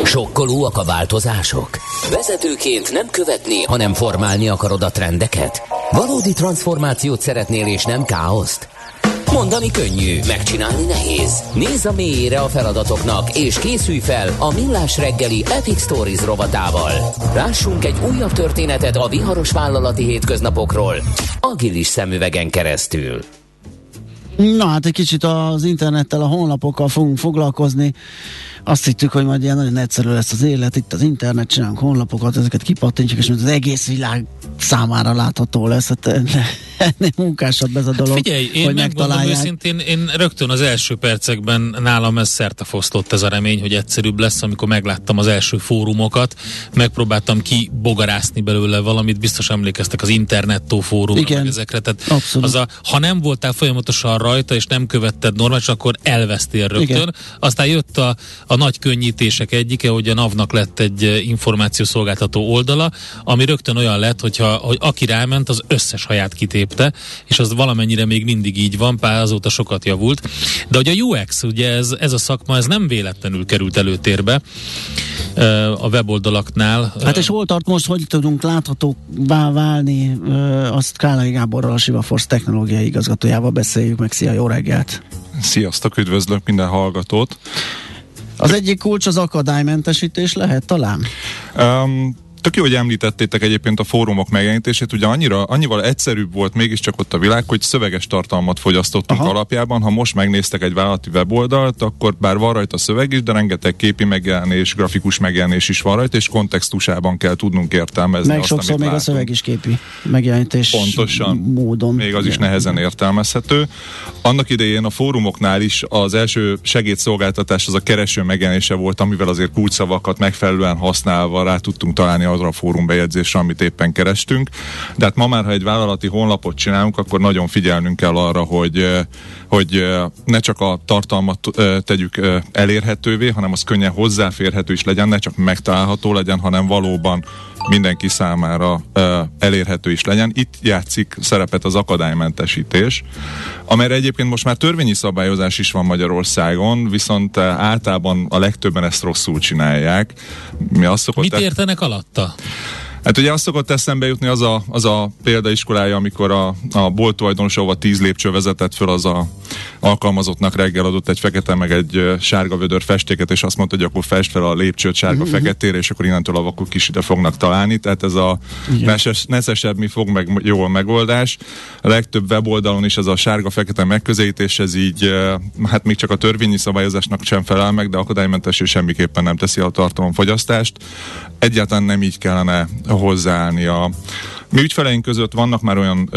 Sokkolóak a változások? Vezetőként nem követni, hanem formálni akarod a trendeket? Valódi transformációt szeretnél és nem káoszt? Mondani könnyű, megcsinálni nehéz. Nézz a mélyére a feladatoknak, és készülj fel a Millás reggeli Epic Stories rovatával. Lássunk egy újabb történetet a viharos vállalati hétköznapokról, agilis szemüvegen keresztül. Na hát egy kicsit az internettel, a honlapokkal fogunk foglalkozni. Azt hittük, hogy majd ilyen nagyon egyszerű lesz az élet, itt az internet, csinálunk honlapokat, ezeket kipattintjuk, és az egész világ számára látható lesz. Hát ennél munkásabb ez a dolog, figyelj, én hogy megmondom őszintén, én rögtön az első percekben nálam ez szertefosztott ez a remény, hogy egyszerűbb lesz, amikor megláttam az első fórumokat, megpróbáltam kibogarászni belőle valamit, biztos emlékeztek az Internettó fórumra, meg ezekre, tehát ha nem voltál folyamatosan rajta, és nem követted normális, akkor elvesztél rögtön. Igen. Aztán jött a nagy könnyítések egyike, hogy a NAV-nak lett egy információszolgáltató oldala, ami rögtön olyan lett, hogy aki ráment, az összes haját kitépte, és az valamennyire még mindig így van, pár azóta sokat javult. De hogy a UX, ugye ez a szakma, ez nem véletlenül került előtérbe a weboldalaknál. Hát és hol tart most, hogy tudunk láthatóvá válni, azt Kálai Gáborral, a Sivaforce technológiai igazgatójával beszéljük meg. Szia, jó reggelt! Sziasztok, üdvözlök minden hallgatót! Az egyik kulcs az akadálymentesítés lehet talán? Tök jó, hogy említettétek egyébként a fórumok megjelenítését, ugye annyival egyszerűbb volt mégiscsak ott a világ, hogy szöveges tartalmat fogyasztottunk alapjában. Ha most megnéztek egy vállalati weboldalt, akkor bár van rajta szöveg is, de rengeteg képi megjelenés, grafikus megjelenés is van rajta, és kontextusában kell tudnunk értelmezni meg azt, sokszor amit még látunk. A szöveg is képi megjelenítés pontosan, módon. Még az is nehezen értelmezhető. Annak idején a fórumoknál is az első segédszolgáltatás az a kereső megjelenése volt, amivel azért kulcsszavakat megfelelően használva rá tudtunk találni arra a fórumbejegyzésre, amit éppen kerestünk. De hát ma már, ha egy vállalati honlapot csinálunk, akkor nagyon figyelnünk kell arra, hogy ne csak a tartalmat tegyük elérhetővé, hanem az könnyen hozzáférhető is legyen, ne csak megtalálható legyen, hanem valóban mindenki számára elérhető is legyen. Itt játszik szerepet az akadálymentesítés, amelyre egyébként most már törvényi szabályozás is van Magyarországon, viszont általában a legtöbben ezt rosszul csinálják. Mit értenek alatta? Hát ugye azt szokott eszembe jutni az a példaiskolája, amikor a bolt tulajdonos, ahova 10 lépcső vezetett föl, az a alkalmazottnak reggel adott egy fekete meg egy sárga vödör festéket, és azt mondta, hogy akkor fest fel a lépcsőt sárga-feketére, és akkor innentől a vakok is ide fognak találni. Tehát ez a neszesebb mi fog meg jól megoldás. A legtöbb weboldalon is ez a sárga-fekete megközelítés, ez így, hát még csak a törvényi szabályozásnak sem felel meg, de akadálymentesítés semmiképpen nem teszi a tartalomfogyasztást. Egyáltalán nem így kellene hozzáállni. A mi ügyfeleink között vannak már olyan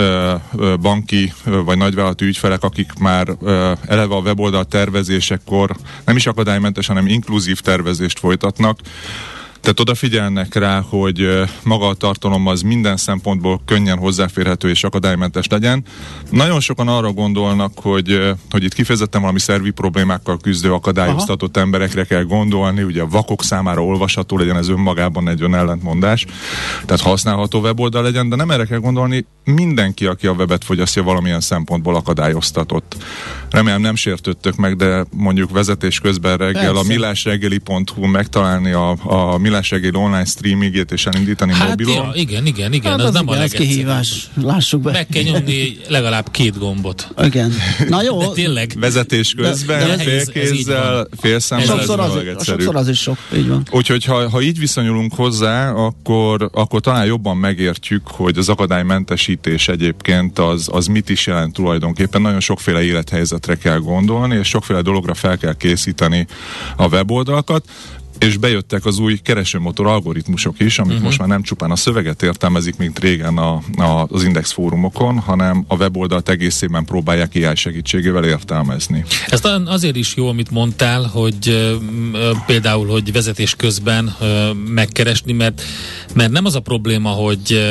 banki vagy nagyvállalati ügyfelek, akik már eleve a weboldal tervezésekor nem is akadálymentes, hanem inkluzív tervezést folytatnak. Tehát odafigyelnek rá, hogy maga a tartalom az minden szempontból könnyen hozzáférhető és akadálymentes legyen. Nagyon sokan arra gondolnak, hogy itt kifejezetten valami szervi problémákkal küzdő akadályoztatott emberekre kell gondolni, ugye a vakok számára olvasható legyen, ez önmagában egy ellentmondás, tehát használható weboldal legyen, de nem erre kell gondolni, mindenki, aki a webet fogyasztja, valamilyen szempontból akadályoztatott. Remélem nem sértődtök meg, de mondjuk vezetés közben reggel a millásreggeli.hu megtalálni a Millás reggeli online streamingét és elindítani mobilon. Ja, igen, hát az nem a legegyszerűbb. Kihívás, lássuk be. Meg kell nyomni legalább 2 gombot. Igen. Na jó. De tényleg. Vezetés közben, félkézzel, félszemmel, sokszor az is sok, így van. Úgyhogy ha így viszonyulunk hozzá, akkor talán jobban megértjük, hogy az akadálymentesítés egyébként az mit is jelent tulajdonképpen. Nagyon sokféle élethelyzetre kell gondolni, és sokféle dologra fel kell készíteni a weboldalakat. És bejöttek az új keresőmotor algoritmusok is, amik most már nem csupán a szöveget értelmezik, mint régen az Index fórumokon, hanem a weboldalt egészében próbálják AI segítségével értelmezni. Ez azért is jó, amit mondtál, hogy például, hogy vezetés közben megkeresni, mert nem az a probléma, hogy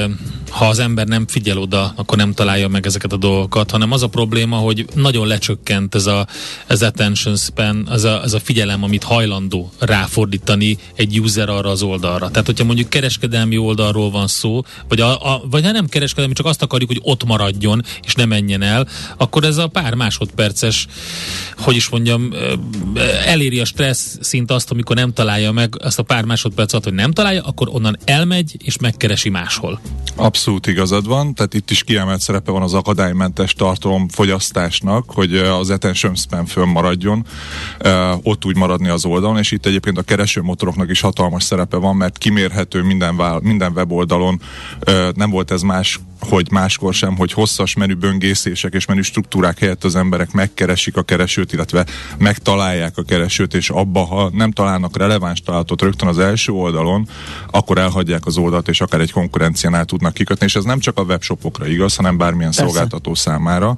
ha az ember nem figyel oda, akkor nem találja meg ezeket a dolgokat, hanem az a probléma, hogy nagyon lecsökkent ez attention span, ez a figyelem, amit hajlandó ráfordítani egy user arra az oldalra. Tehát, hogyha mondjuk kereskedelmi oldalról van szó, vagy ha nem kereskedelmi, csak azt akarjuk, hogy ott maradjon, és ne menjen el, akkor ez a pár másodperces, hogy is mondjam, eléri a stressz szint azt, amikor nem találja meg azt a pár másodperc alatt, hogy nem találja, akkor onnan elmegy, és megkeresi máshol. Abszolút igazad van, tehát itt is kiemelt szerepe van az akadálymentes tartalomfogyasztásnak, hogy az attention span fönnmaradjon, ott úgy maradni az oldalon, és itt egyébként a keresőmotoroknak is hatalmas szerepe van, mert kimérhető minden weboldalon, nem volt ez más, hogy máskor sem, hogy hosszas menüböngészések és menü struktúrák helyett az emberek megkeresik a keresőt, illetve megtalálják a keresőt, és abba, ha nem találnak releváns találatot rögtön az első oldalon, akkor elhagyják az oldalt, és akár egy konkurenciánál tudnak kikötni, és ez nem csak a webshopokra igaz, hanem bármilyen szolgáltató számára.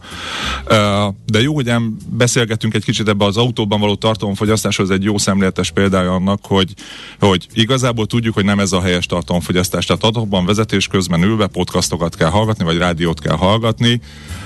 De jó, hogy beszélgetünk egy kicsit ebbe az autóban való tartalomfogyasztáshoz, egy jó szemléletes példája annak, hogy igazából tudjuk, hogy nem ez a helyes tartalomfogyasztás. Tehát autóban vezetés közben ülve podcastokat kell hallgatni, vagy rádiót kell hallgatni,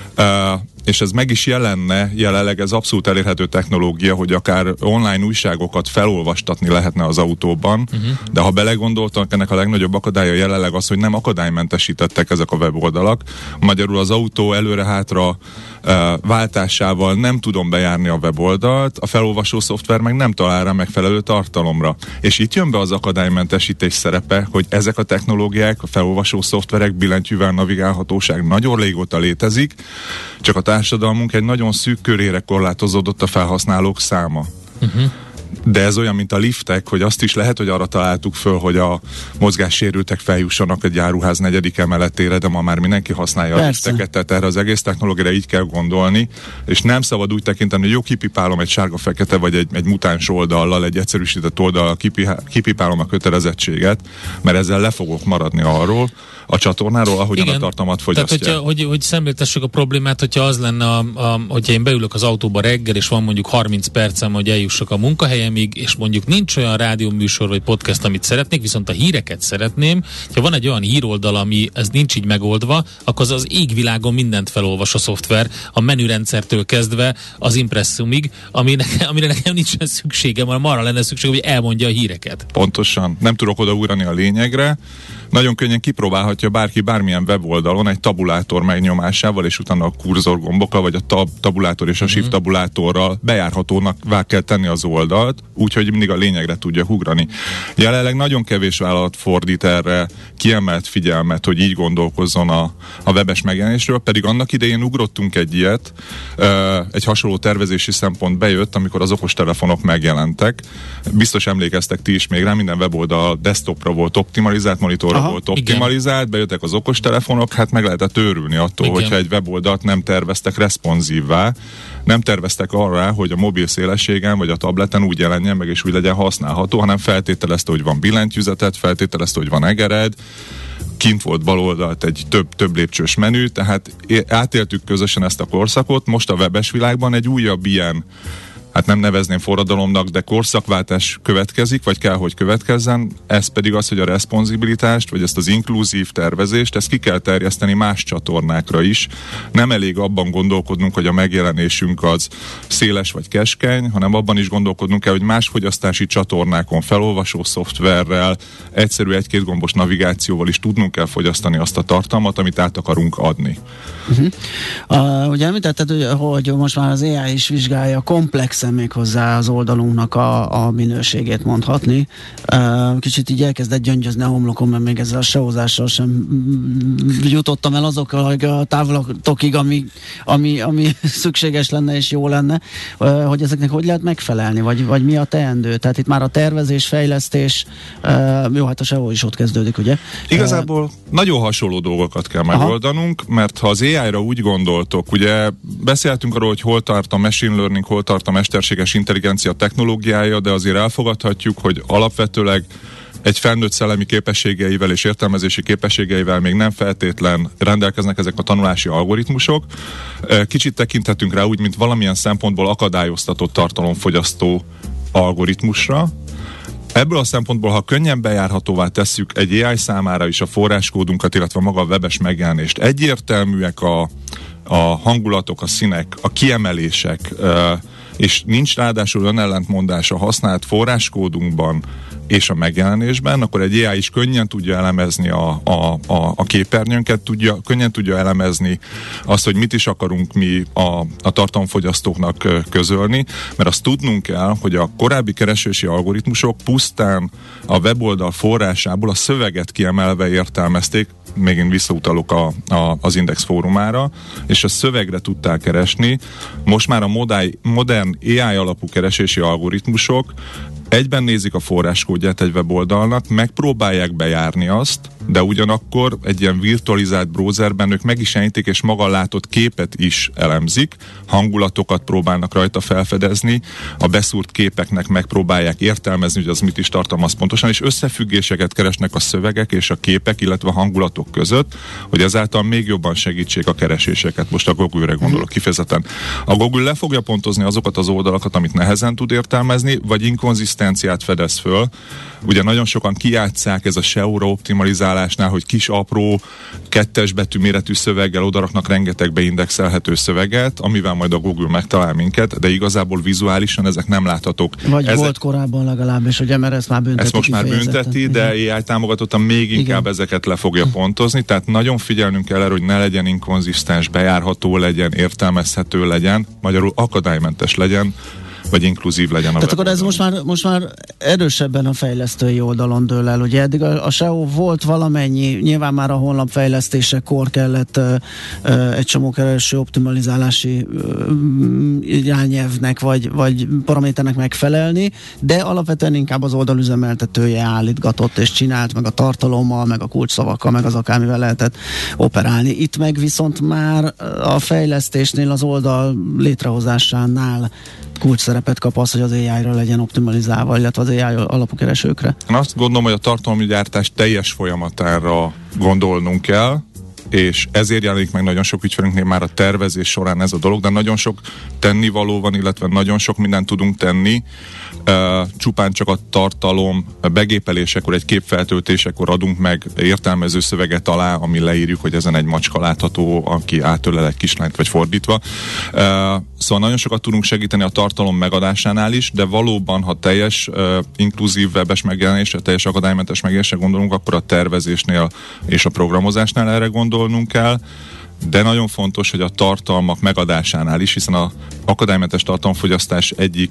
és ez meg is jelenne, jelenleg ez abszolút elérhető technológia, hogy akár online újságokat felolvastatni lehetne az autóban, de ha belegondoltak, ennek a legnagyobb akadálya jelenleg az, hogy nem akadálymentesítettek ezek a weboldalak. Magyarul az autó előre-hátra váltásával nem tudom bejárni a weboldalt, a felolvasó szoftver meg nem talál rá megfelelő tartalomra. És itt jön be az akadálymentesítés szerepe, hogy ezek a technológiák, a felolvasó szoftverek, billentyűvel navigálhatóság nagyon régóta létezik, csak a társadalmunk egy nagyon szűk körére korlátozódott a felhasználók száma. De ez olyan, mint a liftek, hogy azt is lehet, hogy arra találtuk föl, hogy a mozgássérültek feljussanak egy áruház 4. emeletére, de ma már mindenki használja a lifteket, tehát erre az egész technológiára így kell gondolni, és nem szabad úgy tekinteni, hogy jó, kipipálom egy sárga-fekete, vagy egy mutáns oldallal, egy egyszerűsített oldallal kipipálom a kötelezettséget, mert ezzel le fogok maradni arról, a csatornáról, ahogyan a tartalmat fogyasztják. Tehát, hogy szemléltessük a problémát, hogyha az lenne, hogyha én beülök az autóba reggel, és van mondjuk 30 percem, hogy eljussak a munkahelyemig, és mondjuk nincs olyan rádióműsor vagy podcast, amit szeretnék, viszont a híreket szeretném. Ha van egy olyan híroldal, ami ez nincs így megoldva, akkor az égvilágon mindent felolvas a szoftver, a menürendszertől kezdve az impresszumig, amire nekem nincsen szükségem, hanem arra lenne szükség, hogy elmondja a híreket. Pontosan. Nem tudok odaúrani a lényegre. Nagyon könnyen kipróbálhatja bárki bármilyen weboldalon egy tabulátor megnyomásával, és utána a kurzorgombokkal, vagy a tabulátor és a shift tabulátorral bejárhatónak kell tenni az oldalt, úgyhogy mindig a lényegre tudja ugrani. Jelenleg nagyon kevés vállalat fordít erre kiemelt figyelmet, hogy így gondolkozzon a webes megjelenésről, pedig annak idején ugrottunk egy ilyet, egy hasonló tervezési szempont bejött, amikor az okostelefonok megjelentek. Biztos emlékeztek ti is még rá, minden weboldal desktopra volt optimalizált, monitorra volt optimalizált, bejöttek az okostelefonok, hát meg lehetett őrülni attól, hogyha egy weboldalt nem terveztek responsívvá, nem terveztek arra, hogy a mobil szélességen vagy a tableten úgy jelenjen meg és úgy legyen használható, hanem feltételezte, hogy van billentyűzetet, feltételezte, hogy van egered, kint volt bal oldalt egy több lépcsős menü, tehát átéltük közösen ezt a korszakot, most a webes világban egy újabb ilyen, hát nem nevezném forradalomnak, de korszakváltás következik, vagy kell, hogy következzen, ez pedig az, hogy a responsibilitást, vagy ezt az inkluzív tervezést, ezt ki kell terjeszteni más csatornákra is. Nem elég abban gondolkodnunk, hogy a megjelenésünk az széles vagy keskeny, hanem abban is gondolkodnunk kell, hogy más fogyasztási csatornákon, felolvasó szoftverrel, egyszerű egy-két gombos navigációval is tudnunk kell fogyasztani azt a tartalmat, amit át akarunk adni. Ugye említetted, hogy most már az AI is vizsgálja komplexen még hozzá az oldalunknak a minőségét mondhatni. Kicsit így elkezdett gyöngyözni a homlokom, mert még ezzel a SEO-zással sem jutottam el azokkal a távlatokig, ami szükséges lenne és jó lenne, hogy ezeknek hogy lehet megfelelni, vagy mi a teendő? Tehát itt már a tervezés, fejlesztés, jó, hát a SEO is ott kezdődik, ugye? Igazából nagyon hasonló dolgokat kell megoldanunk, mert ha az AI-ra úgy gondoltok, ugye beszéltünk arról, hogy hol tart a machine learning, hol tart a mesterséges intelligencia technológiája, de azért elfogadhatjuk, hogy alapvetőleg egy felnőtt szellemi képességeivel és értelmezési képességeivel még nem feltétlen rendelkeznek ezek a tanulási algoritmusok. Kicsit tekinthetünk rá úgy, mint valamilyen szempontból akadályoztatott tartalomfogyasztó algoritmusra. Ebből a szempontból, ha könnyen bejárhatóvá tesszük egy AI számára is a forráskódunkat, illetve maga a webes megjelenést, egyértelműek a hangulatok, a színek, a kiemelések, és nincs ráadásul önellentmondás a használt forráskódunkban és a megjelenésben, akkor egy AI is könnyen tudja elemezni a képernyőnket, könnyen tudja elemezni azt, hogy mit is akarunk mi a tartalomfogyasztóknak közölni, mert azt tudnunk kell, hogy a korábbi keresési algoritmusok pusztán a weboldal forrásából a szöveget kiemelve értelmezték, megint visszautalok az Index fórumára, és a szövegre tudták keresni. Most már a modern AI alapú keresési algoritmusok egyben nézik a forráskódját egy weboldalnak, megpróbálják bejárni azt, de ugyanakkor egy ilyen virtualizált browserben ők meg is jelentik, és maga látott képet is elemzik, hangulatokat próbálnak rajta felfedezni, a beszúrt képeknek megpróbálják értelmezni, hogy az mit is tartalmaz pontosan, és összefüggéseket keresnek a szövegek és a képek, illetve a hangulatok között, hogy ezáltal még jobban segítsék a kereséseket. Most a Google-re gondolok kifejezetten. A Google le fogja pontozni azokat az oldalakat, amit nehezen tud értelmezni, vagy inkonzisztenciát fedez föl. Ugye nagyon sokan kijátsszák ez a SEO-ra optimalizálásnál, hogy kis, apró, 2-es betű méretű szöveggel odaraknak rengeteg beindexelhető szöveget, amivel majd a Google megtalál minket, de igazából vizuálisan ezek nem láthatók. Vagy volt korábban legalábbis, ugye, mert ezt már bünteti. Ezt most már bünteti, de AI támogatottan még inkább ezeket le fogja pontozni, tehát nagyon figyelnünk kell erre, hogy ne legyen inkonzisztens, bejárható legyen, értelmezhető legyen, magyarul akadálymentes legyen, vagy inkluzív legyen a tehát akkor ez most már erősebben a fejlesztői oldalon dől el. Ugye eddig a SEO volt valamennyi, nyilván már a honlap fejlesztésekor kellett egy csomó kereső optimalizálási irányelvnek vagy paraméternek megfelelni, de alapvetően inkább az oldalüzemeltetője állítgatott és csinált, meg a tartalommal, meg a kulcsszavakkal, meg az akármivel lehetett operálni. Itt meg viszont már a fejlesztésnél, az oldal létrehozásánál kulcsszerepet kap az, hogy az AI-ra legyen optimalizálva, illetve az AI alapú keresőkre. Én azt gondolom, hogy a tartalomgyártás teljes folyamatára gondolnunk kell, és ezért jelenik meg nagyon sok ügyfelünknél már a tervezés során ez a dolog, de nagyon sok tennivaló van, illetve nagyon sok mindent tudunk tenni. Csupán csak a tartalom begépelésekor, egy képfeltöltésekor adunk meg értelmező szöveget alá, ami leírjuk, hogy ezen egy macska látható, aki átölel egy kislányt, vagy fordítva. Szóval nagyon sokat tudunk segíteni a tartalom megadásánál is, de valóban, ha teljes inkluzív webes megjelenésre, teljes akadálymentes megjelenésre gondolunk, akkor a tervezésnél és a programozásnál erre gondolnunk kell, de nagyon fontos, hogy a tartalmak megadásánál is, hiszen az akadálymentes tartalomfogyasztás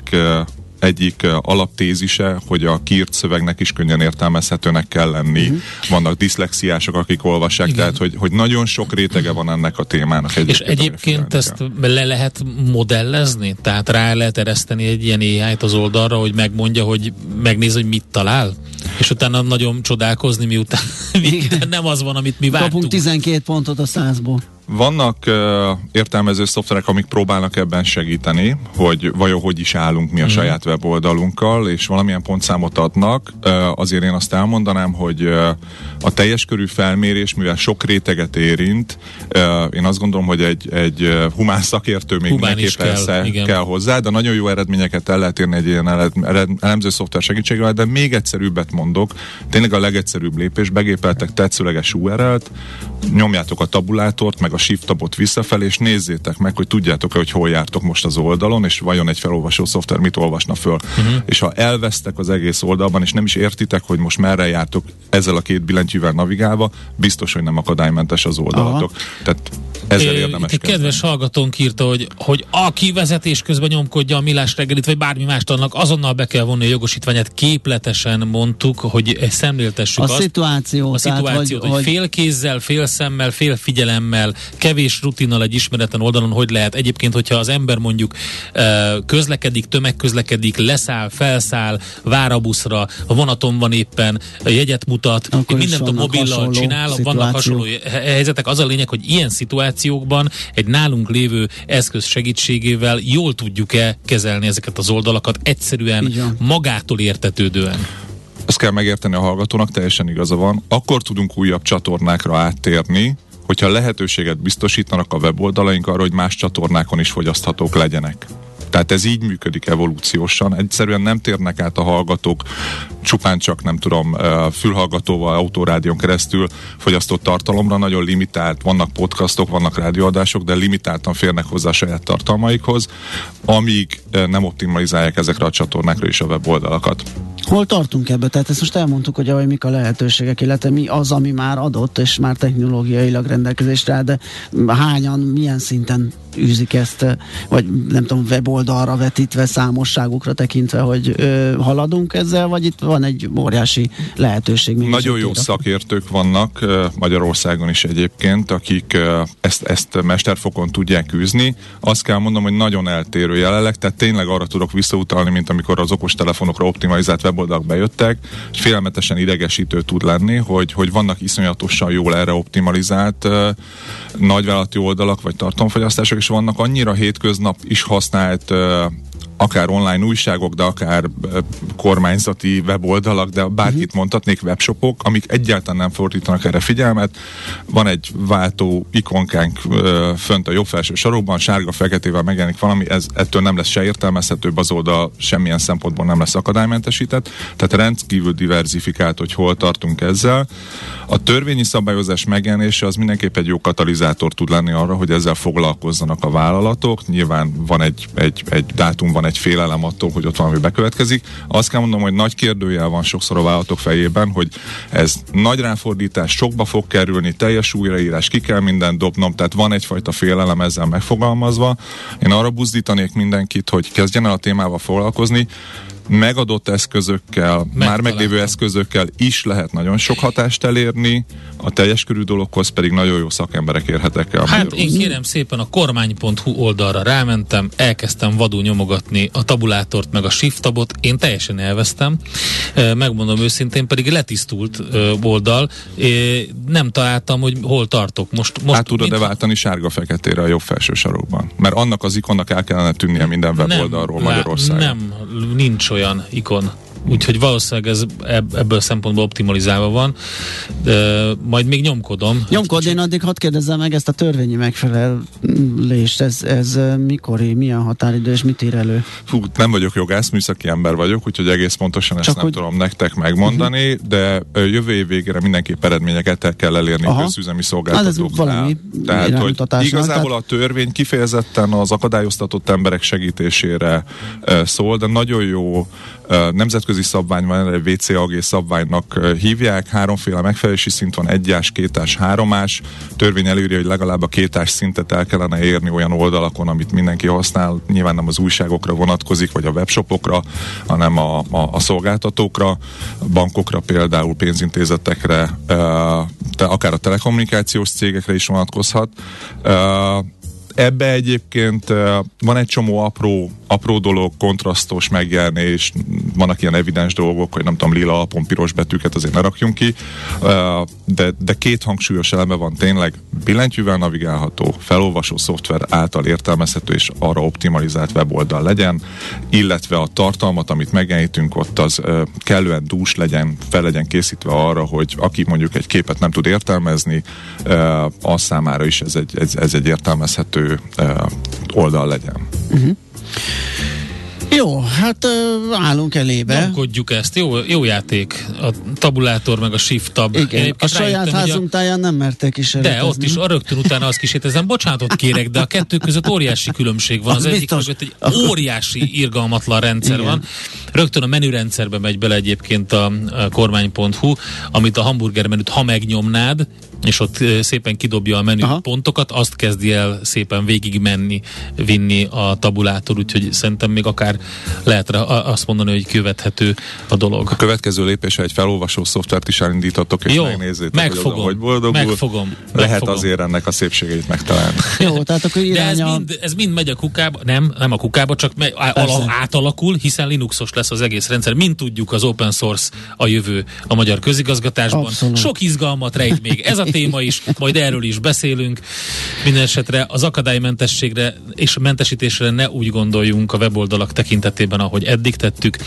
egyik alaptézise, hogy a kiírt szövegnek is könnyen értelmezhetőnek kell lenni. Vannak diszlexiások, akik olvassák, igen. Tehát hogy nagyon sok rétege van ennek a témának. És egyébként ezt le lehet modellezni? Tehát rá lehet ereszteni egy ilyen AI-t az oldalra, hogy megmondja, hogy megnéz, hogy mit talál? És utána nagyon csodálkozni, miután nem az van, amit mi vártunk. Kapunk 12 pontot a 100-ból. Vannak értelmező szoftverek, amik próbálnak ebben segíteni, hogy vajon hogy is állunk mi a saját weboldalunkkal, és valamilyen pontszámot adnak. Azért én azt elmondanám, hogy a teljes körű felmérés, mivel sok réteget érint, én azt gondolom, hogy egy humán szakértő még mindenképpen kell hozzá, de nagyon jó eredményeket el lehet érni egy ilyen elemző szoftver segítségével, de még egyszerűbbet mondok, tényleg a legegyszerűbb lépés, begépeltek tetszőleges URL-t, nyomjátok a tabulátort, meg a shift tabot visszafelé, és nézzétek meg, hogy tudjátok-e, hogy hol jártok most az oldalon, és vajon egy felolvasó szoftver mit olvasna föl. És ha elvesztek az egész oldalban, és nem is értitek, hogy most merre jártok ezzel a két billentyűvel navigálva, biztos, hogy nem akadálymentes az oldalatok. Tehát ezzel érdemes kezdeni. Kedves hallgatónk írta, hogy aki vezetés közben nyomkodja a Millás reggelit, vagy bármi mást, annak azonnal be kell vonni a jogosítványát. Képletesen mondtuk, hogy szemléltessük a szituációt, hogy fél kézzel, fél szemmel, fél figyelemmel, kevés rutinnal egy ismeretlen oldalon hogy lehet. Egyébként, hogyha az ember mondjuk közlekedik, tömegközlekedik, leszáll, felszáll, vár a buszra, a vonaton van éppen, jegyet mutat, mindent a mobillal csinál, vannak hasonló helyzetek. Az a lényeg, hogy ilyen szituációkban egy nálunk lévő eszköz segítségével jól tudjuk-e kezelni ezeket az oldalakat, egyszerűen magától értetődően. Ezt kell megérteni a hallgatónak, teljesen igaza van. Akkor tudunk újabb csatornákra áttérni, hogyha lehetőséget biztosítanak a weboldalaink arra, hogy más csatornákon is fogyaszthatók legyenek. Tehát ez így működik evolúciósan. Egyszerűen nem térnek át a hallgatók csupán csak, nem tudom, fülhallgatóval, autórádión keresztül fogyasztott tartalomra, nagyon limitált, vannak podcastok, vannak rádióadások, de limitáltan férnek hozzá a saját tartalmaikhoz, amíg nem optimalizálják ezekre a csatornákra és a weboldalakat. Hol tartunk ebbe? Tehát ezt most elmondtuk, hogy mik a lehetőségek, illetve mi az, ami már adott, és már technológiailag rendelkezésre áll, de hányan, milyen szinten űzik ezt, vagy nem tudom, weboldalra vetítve, számosságukra tekintve, hogy haladunk ezzel, vagy itt van egy óriási lehetőség? Nagyon jó szakértők vannak Magyarországon is egyébként, akik ezt mesterfokon tudják űzni. Azt kell mondom, hogy nagyon eltérő jelenleg, tehát tényleg arra tudok visszautalni, mint amikor az okostelefonokra optimalizált weboldalak bejöttek, és félelmetesen idegesítő tud lenni, hogy vannak iszonyatosan jól erre optimalizált nagyvállalati oldalak, vagy tartalomfogyasztások, és vannak annyira hétköznap is használt akár online újságok, de akár kormányzati weboldalak, de bárkit mondhatnék, webshopok, amik egyáltalán nem fordítanak erre figyelmet. Van egy váltó ikonkánk fönt a jobb felső sarokban, sárga-feketével megjelenik valami, ettől nem lesz se értelmezhetőbb az oldal, semmilyen szempontból nem lesz akadálymentesített, tehát rendkívül diverzifikált, hogy hol tartunk ezzel. A törvényi szabályozás megjelenése az mindenképp egy jó katalizátor tud lenni arra, hogy ezzel foglalkozzanak a vállalatok. Nyilván van egy dátum, van egy félelem attól, hogy ott valami bekövetkezik. Azt kell mondanom, hogy nagy kérdőjel van sokszor a vállalatok fejében, hogy ez nagy ráfordítás, sokba fog kerülni, teljes újraírás, ki kell mindent dobnom, tehát van egyfajta félelem ezzel megfogalmazva. Én arra buzdítanék mindenkit, hogy kezdjen el a témával foglalkozni, megadott eszközökkel, már meglévő eszközökkel is lehet nagyon sok hatást elérni, a teljes körű dologhoz pedig nagyon jó szakemberek érhetek el. Hát én kérem szépen a kormány.hu oldalra rámentem, elkezdtem vadul nyomogatni a tabulátort meg a shift tabot, én teljesen elvesztem, megmondom őszintén, pedig letisztult oldal, nem találtam, hogy hol tartok. Most hát tudod-e váltani sárga-feketére a jobb felső sarokban? Mert annak az ikonnak el kellene tűnnie minden weboldalról Magyarországon. Nem, nincs olyan ikon. Úgyhogy valószínűleg ez ebből szempontból optimalizálva van. De majd még nyomkodom. Nyomkod, én addig hadd kérdezzem meg ezt a törvényi megfelelést. Ez mikori, milyen határidő, és mit ír elő? Fú, nem vagyok jogász, műszaki ember vagyok, úgyhogy egész pontosan ezt nem tudom nektek megmondani, de jövő év végére mindenképp eredményeket kell elérni közüzemi szolgáltatóknál. Tehát, hogy igazából a törvény kifejezetten az akadályoztatott emberek segítésére szól, de nagyon jó nemzetközi szabvány van, egy WCAG szabványnak hívják, háromféle megfelelési szint van, 1-ás, 2-ás, 3-ás. Törvény előírja, hogy legalább a 2-ás szintet el kellene érni olyan oldalakon, amit mindenki használ. Nyilván nem az újságokra vonatkozik, vagy a webshopokra, hanem a szolgáltatókra, a bankokra például, pénzintézetekre, akár a telekommunikációs cégekre is vonatkozhat. Ebbe egyébként van egy csomó apró dolog, kontrasztos megjelenés, vannak ilyen evidens dolgok, hogy nem tudom, lila alapon piros betűket azért ne rakjunk ki, de két hangsúlyos eleme van tényleg, billentyűvel navigálható, felolvasó szoftver által értelmezhető és arra optimalizált weboldal legyen, illetve a tartalmat, amit megjelenítünk ott, az kellően dús legyen, fel legyen készítve arra, hogy aki mondjuk egy képet nem tud értelmezni, az számára is ez egy értelmezhető oldal legyen. Jó, hát állunk elébe. Nyomkodjuk ezt, jó játék. A tabulátor meg a shift tab. Igen, a saját házunk táján nem mertek kísérletezni. De ott is rögtön utána azt kísérletezem. Bocsánatot kérek, de a kettő között óriási különbség van. Az egyik mögött egy óriási irgalmatlan rendszer van. Rögtön a menürendszerbe megy bele egyébként a kormány.hu, amit a hamburger menüt, ha megnyomnád, és ott szépen kidobja a menü pontokat, azt kezdi el szépen vinni a tabulátor, úgyhogy szerintem még akár lehet azt mondani, hogy követhető a dolog. A következő lépésre egy felolvasó szoftvert is elindítatok, és jó, megnézzétek, hogy boldogul. Megfogom. Azért ennek a szépségeit megtalálni. Jó, tehát akkor iránya... De ez mind megy a kukába, nem a kukába, csak átalakul, hiszen Linuxos lesz az egész rendszer. Mind tudjuk, az open source a jövő a magyar közigazgatásban. Abszolút. Sok izgalmat rejt még ez a téma is, majd erről is beszélünk. Mindenesetre az akadálymentességre és mentesítésre ne úgy gondoljunk a weboldalak tekintetében, ahogy eddig tettük,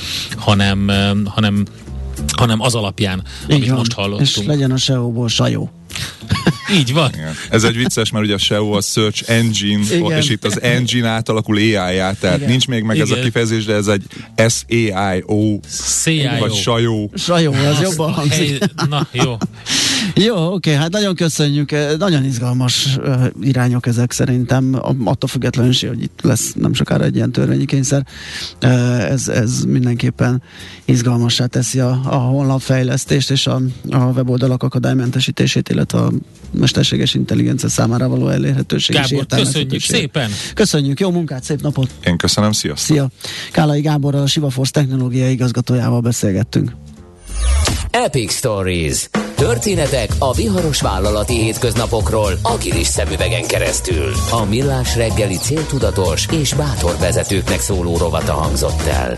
hanem az alapján, amit most hallottunk. És legyen a SEO-ból sajó. Így van. Igen. Ez egy vicces, mert ugye a SEO a Search Engine, és itt az engine átalakul AI-já, tehát igen. nincs még meg ez a kifejezés, de ez egy SAIO, vagy sajó. Sajó, az jobban hangzik. Na, jó. Jó, oké, hát nagyon köszönjük, nagyon izgalmas irányok ezek szerintem, attól függetlenül is, hogy itt lesz nem sokára egy ilyen törvényi kényszer. Ez mindenképpen izgalmassá teszi a honlapfejlesztést és a weboldalak akadálymentesítését, illetve a mesterséges intelligencia számára való elérhetőség. Gábor, köszönjük szépen! Köszönjük, jó munkát, szép napot! Én köszönöm, sziasztok! Szia! Kálai Gáborral, a Sivaforce technológiai igazgatójával beszélgettünk. Epic Stories. Történetek a viharos vállalati hétköznapokról agilis szemüvegen keresztül. A Millás reggeli céltudatos és bátor vezetőknek szóló rovata hangzott el.